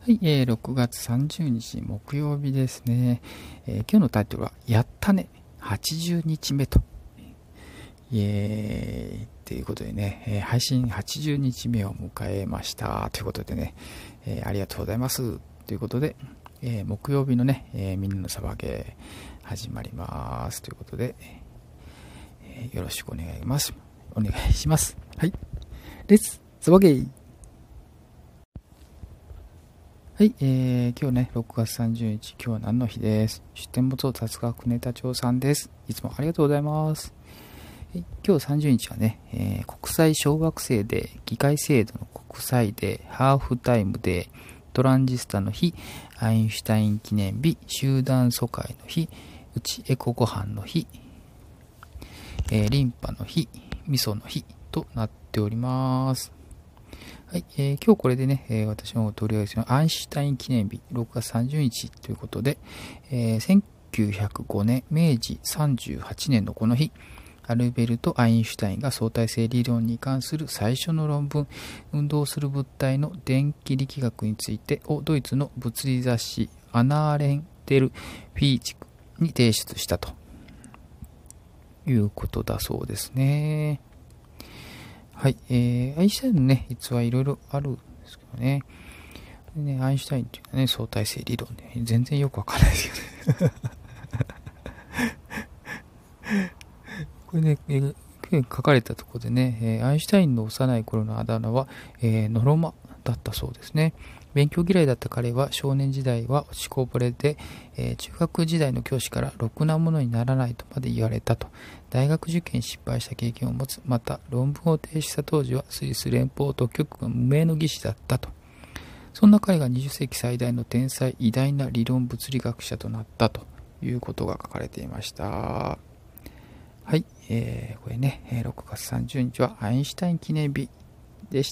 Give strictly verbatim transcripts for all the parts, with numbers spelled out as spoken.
はい、えー、ろくがつさんじゅうにち木曜日ですね、えー、今日のタイトルはやったねはちじゅうにちめとイエーイということでね、えー、配信はちじゅうにちめを迎えましたということでね、えー、ありがとうございますということで、えー、木曜日のね、えー、みんなの騒げ始まりますということで、えー、よろしくお願いしますお願いしますはい、レッツ騒げ。はい、えー、今日ね、ろくがつさんじゅうにち、今日は何の日です。出典物雑学ネタ帳さんです。いつもありがとうございます。はい、今日さんじゅうにちはね、えー、国際小学生デー、議会制度の国際デー、ハーフタイムデー、トランジスタの日、アインシュタイン記念日、集団疎開の日、うちエコご飯の日、えー、リンパの日、味噌の日となっております。はい、えー、今日これでね、えー、私の取り上げるアインシュタイン記念日ろくがつさんじゅうにちということで、えー、せんきゅうひゃくごねんめいじさんじゅうはちねんのこの日、アルベルト・アインシュタインが相対性理論に関する最初の論文、運動する物体の電気力学についてをドイツの物理雑誌アナーレンテル・フィーチクに提出したということだそうですね。はい、えー、アインシュタインのね、逸話いろいろあるんですけどね。ね、アインシュタインっていうのはね、相対性理論で、全然よくわかんないですけどね。これね、えー、書かれたところでね、えー、アインシュタインの幼い頃のあだ名は、えー、ノロマだったそうですね。勉強嫌いだった彼は少年時代は落ちこぼれで、えー、中学時代の教師からろくなものにならないとまで言われたと。大学受験失敗した経験を持つ。また論文を提出した当時はスイス連邦特許局が無名の技師だったと。そんな彼がにじゅっせいき最大の天才偉大な理論物理学者となったということが書かれていました。はい、えー、これね、ろくがつさんじゅうにちはアインシュタイン記念日でした。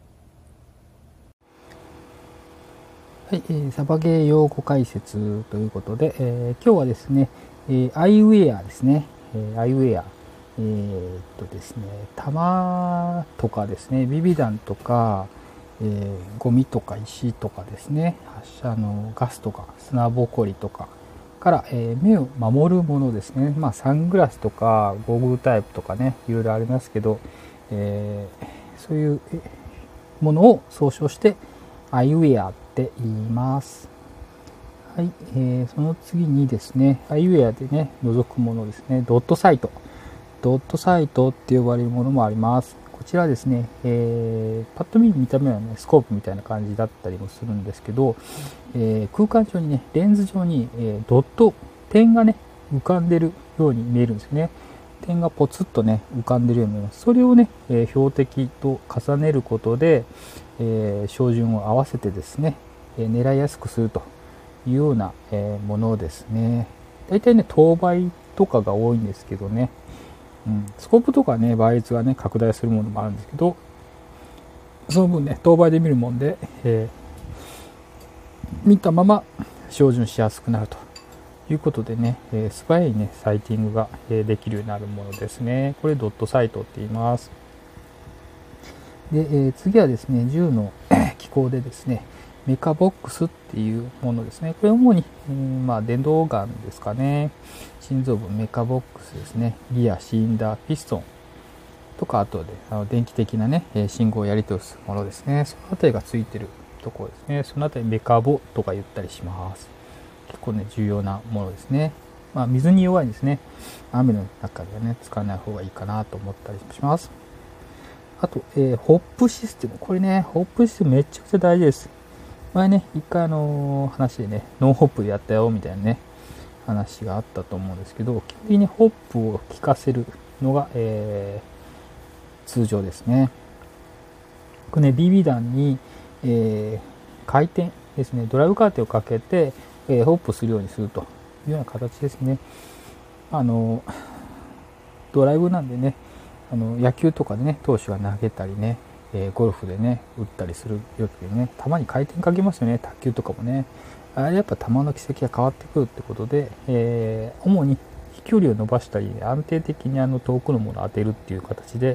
はい、えー、サバゲー用語解説ということで、えー、今日はですね、えー、アイウェアですね、えー、アイウェア、えー、っとですね、弾とかですね、ビビ弾とか、えー、ゴミとか石とかですね、発射のガスとか砂ぼこりとかから、えー、目を守るものですね、まあサングラスとかゴーグルタイプとかね、いろいろありますけど、えー、そういうものを総称してアイウェアって言います。はい、えー、その次にですね、アイウェアでね、除くものですね、ドットサイト。ドットサイトって呼ばれるものもあります。こちらですね、えー、パッと見見た目はね、スコープみたいな感じだったりもするんですけど、えー、空間上にね、レンズ上に、えー、ドット、点がね、浮かんでるように見えるんですよね。点がポツッとね、浮かんでるように見えます。それをね、えー、標的と重ねることで、えー、照準を合わせてですね、えー、狙いやすくするというような、えー、ものですね。大体ね、等倍とかが多いんですけどね、うん、スコープとかね、倍率がね、拡大するものもあるんですけど、その分ね、等倍で見るもんで、えー、見たまま照準しやすくなるということでね、えー、素早いね、サイティングができるようになるものですね。これドットサイトって言います。で、えー、次はですね、銃の機構でですね、メカボックスっていうものですね。これ主に、うん、まあ、電動ガンですかね。心臓部、メカボックスですね。ギア、シリンダー、ピストンとか、あとで、あの電気的なね、信号をやり取りするものですね。そのあたりがついてるところですね。そのあたりメカボとか言ったりします。結構ね、重要なものですね。まあ、水に弱いんですね。雨の中ではね、使わない方がいいかなと思ったりします。あと、えー、ホップシステム。これね、ホップシステムめちゃくちゃ大事です。前ね、一回あのー、話でね、ノンホップでやったよ、みたいなね、話があったと思うんですけど、基本的にホップを効かせるのが、えー、通常ですね。これね、ビービー 弾に、えー、回転ですね、ドライブカーテンをかけて、えー、ホップするようにするというような形ですね。あのー、ドライブなんでね、あの野球とかでね、投手が投げたりね、えー、ゴルフでね、打ったりするよくね、球に回転かけますよね、卓球とかもね。あれやっぱ球の軌跡が変わってくるってことで、えー、主に飛距離を伸ばしたり、安定的にあの遠くのものを当てるっていう形で、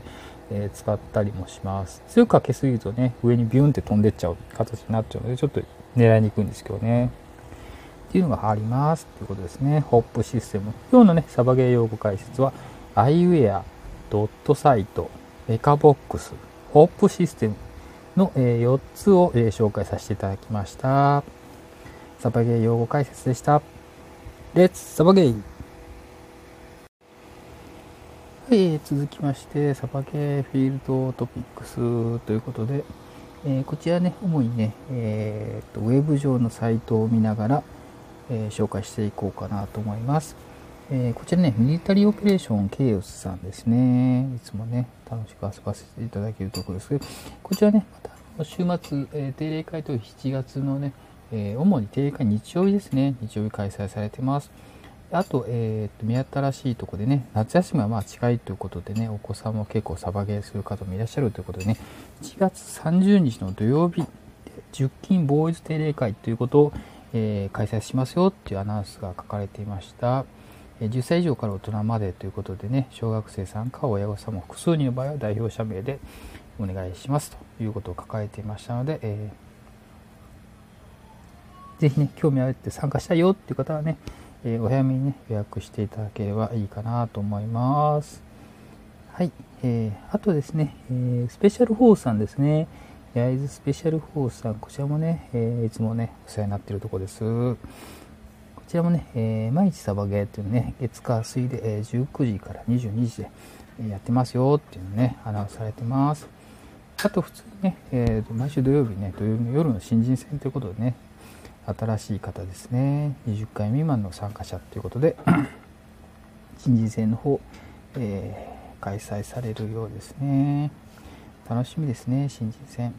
えー、使ったりもします。強くかけすぎるとね、上にビュンって飛んでっちゃう形になっちゃうので、ちょっと狙いにくいんですけどね。っていうのがありますということですね。ホップシステム。今日のね、サバゲー用語解説は、アイウェア、ドットサイト、メカボックス、ホップシステムのよっつを紹介させていただきました。サバゲー用語解説でした。レッツサバゲー。はい、続きまして、サバゲーフィールドトピックスということで、えー、こちらね、主にね、えー、とウェブ上のサイトを見ながら、えー、紹介していこうかなと思います。えー、こちらね、ミリタリーオペレーションケイオスさんですね。いつもね、楽しく遊ばせていただけるところですけど、こちらね、また週末、えー、定例会としちがつのね、えー、主に定例会日曜日ですね、日曜日開催されてます。あと、えー、と目新しいところでね、夏休みはまあ近いということでね、お子さんも結構サバゲーする方もいらっしゃるということでね、いちがつさんじゅうにちの土曜日、じゅっきんボーイズ定例会ということを、えー、開催しますよっていうアナウンスが書かれていました。じゅっさい以上から大人までということでね、小学生参加、親御さんも複数人の場合は代表者名でお願いしますということを書かれていましたので、えー、ぜひね、興味あるって参加したいよっていう方はね、えー、お早めにね、予約していただければいいかなと思います。はい。えー、あとですね、えー、スペシャルフォーさんですね。焼津スペシャルフォーさん、こちらもね、えー、いつもね、お世話になっているところです。こちらもね、えー、毎日サバゲーっていうのね、月火水で、えー、じゅうくじからにじゅうにじで、えー、やってますよっていうのね、アナウンスされてます。あと普通にね、えー、毎週土曜日ね、土曜日の夜の新人戦ということでね、新しい方ですね、にじゅっかい未満の参加者ということで、新人戦の方、えー、開催されるようですね。楽しみですね、新人戦。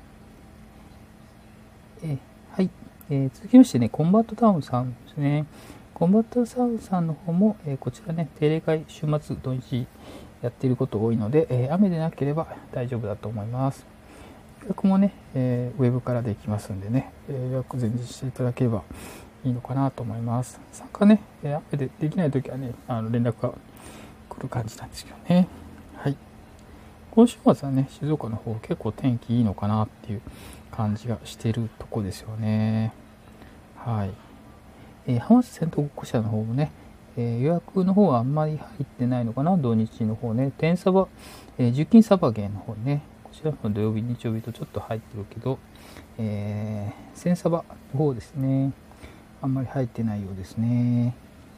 えー、はい、えー、続きましてね、コンバットタウンさんですね。コンバットタウンさんの方も、えー、こちらね、定例会週末土日やっていること多いので、えー、雨でなければ大丈夫だと思います。予約もね、えー、ウェブからできますんでね、えー、予約前日していただければいいのかなと思います。参加ね、えー、雨でできないときはね、あの連絡が来る感じなんですけどね。はい。今週末はね、静岡の方結構天気いいのかなっていう感じがしてるとこですよね。はい。えー、浜松戦闘ごっこ社の方もね、えー、予約の方はあんまり入ってないのかな、土日の方ね。天サバ、えー、十金サバゲーの方ね、こちらの土曜日、日曜日とちょっと入ってるけど、えー、千サバの方ですね、あんまり入ってないようですね。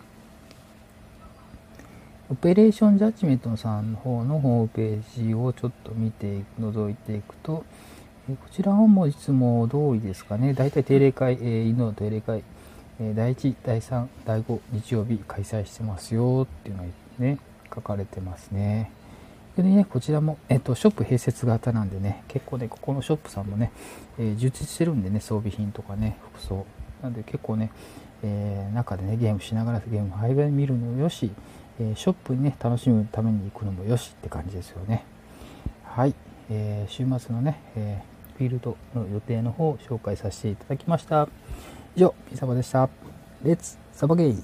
オペレーションジャッジメントさんの方のホームページをちょっと見て覗いていくと、えこちらもいつも通りですかね、だいたい定例会、えー、犬の定例会、えー、だいいち、だいさん、だいご日曜日開催してますよっていうのがね、書かれてますね。でね、こちらも、えっと、ショップ併設型なんでね、結構ね、ここのショップさんもね、えー、充実してるんでね、装備品とかね、服装。なんで結構ね、えー、中でね、ゲームしながらゲーム配信見るのもよし、えー、ショップにね、楽しむために行くのもよしって感じですよね。はい。えー、週末のね、えー、フィールドの予定の方を紹介させていただきました。以上、ピーサバでした。レッツサバゲー。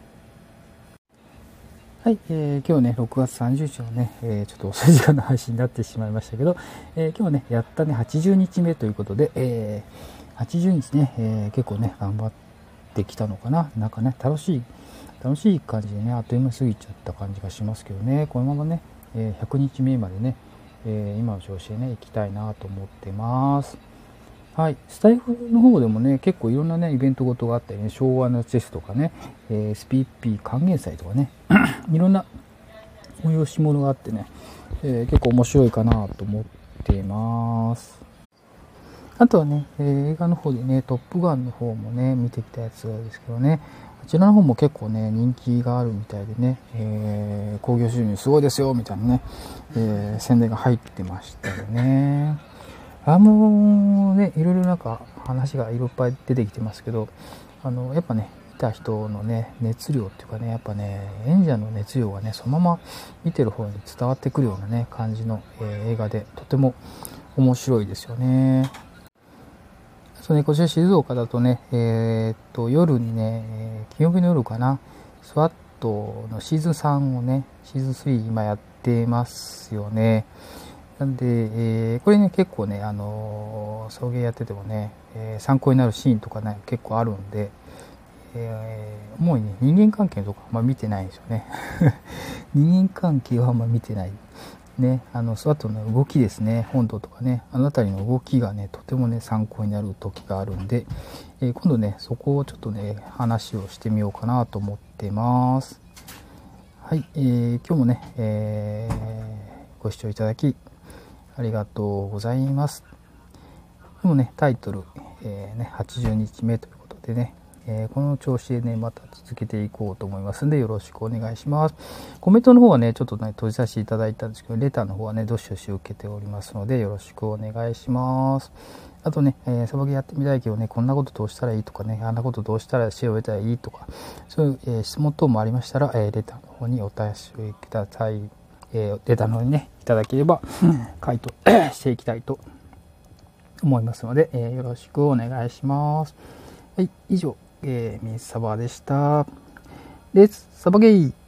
はい、えー、今日ね、ろくがつさんじゅうにちのね、えー、ちょっと遅い時間の配信になってしまいましたけど、えー、今日ね、やったね、はちじゅうにちめということで、えー、はちじゅうにちね、えー、結構ね、頑張ってきたのかな。なんかね、楽しい、楽しい感じでね、あっという間に過ぎちゃった感じがしますけどね、このままね、えー、ひゃくにちめまでね、えー、今の調子でね、行きたいなと思ってます。はい、スタイフの方でもね、結構いろんなね、イベントごとがあったりね、昭和のチェスとかね、えー、エスピーピー 還元祭とかね、いろんな催し物があってね、えー、結構面白いかなと思っています。あとはね、えー、映画の方でね、トップガンの方もね、見てきたやつですけどね、こちらの方も結構ね、人気があるみたいでね、えー、興行収入すごいですよ、みたいなね、えー、宣伝が入ってましたよね。あのね、いろいろなんか話がいっぱい出てきてますけど、あのやっぱね、見た人のね、熱量っていうかね、やっぱね、演者の熱量がね、そのまま見てる方に伝わってくるようなね、感じの、えー、映画で、とても面白いですよね。そうね、こちら静岡だとね、えー、っと、夜にね、金曜日の夜かな、スワットのシーズンさんをね、シーズンスリー今やってますよね。 なんで、えー、これね、結構ね、あのー、送迎やっててもね、えー、参考になるシーンとかね、結構あるんで、えー、主にね、人間関係とかあんま見てないんですよね。人間関係はあんま見てない。ね、あの、その後の動きですね、本土とかね、あの辺りの動きがね、とてもね、参考になる時があるんで、えー、今度ね、そこをちょっとね、話をしてみようかなと思ってます。はい、えー、今日もね、えー、ご視聴いただき、ありがとうございます。でもね、タイトル、えーね、はちじゅうにちめということでね、えー、この調子でね、また続けていこうと思いますので、よろしくお願いします。コメントの方はね、ちょっとね、閉じさせていただいたんですけど、レターの方はね、どしどし受けておりますので、よろしくお願いします。あとね、えー、サバゲーやってみたいけどね、こんなことどうしたらいいとかね、あんなことどうしたら知恵を得たらいいとか、そういう、えー、質問等もありましたら、えー、レターの方にお達しください。えー、レターの方にね、いただければ、回答していきたいと思いますので、えー、よろしくお願いします。はい、以上、えー、ミスサバでした。レッツサバゲー。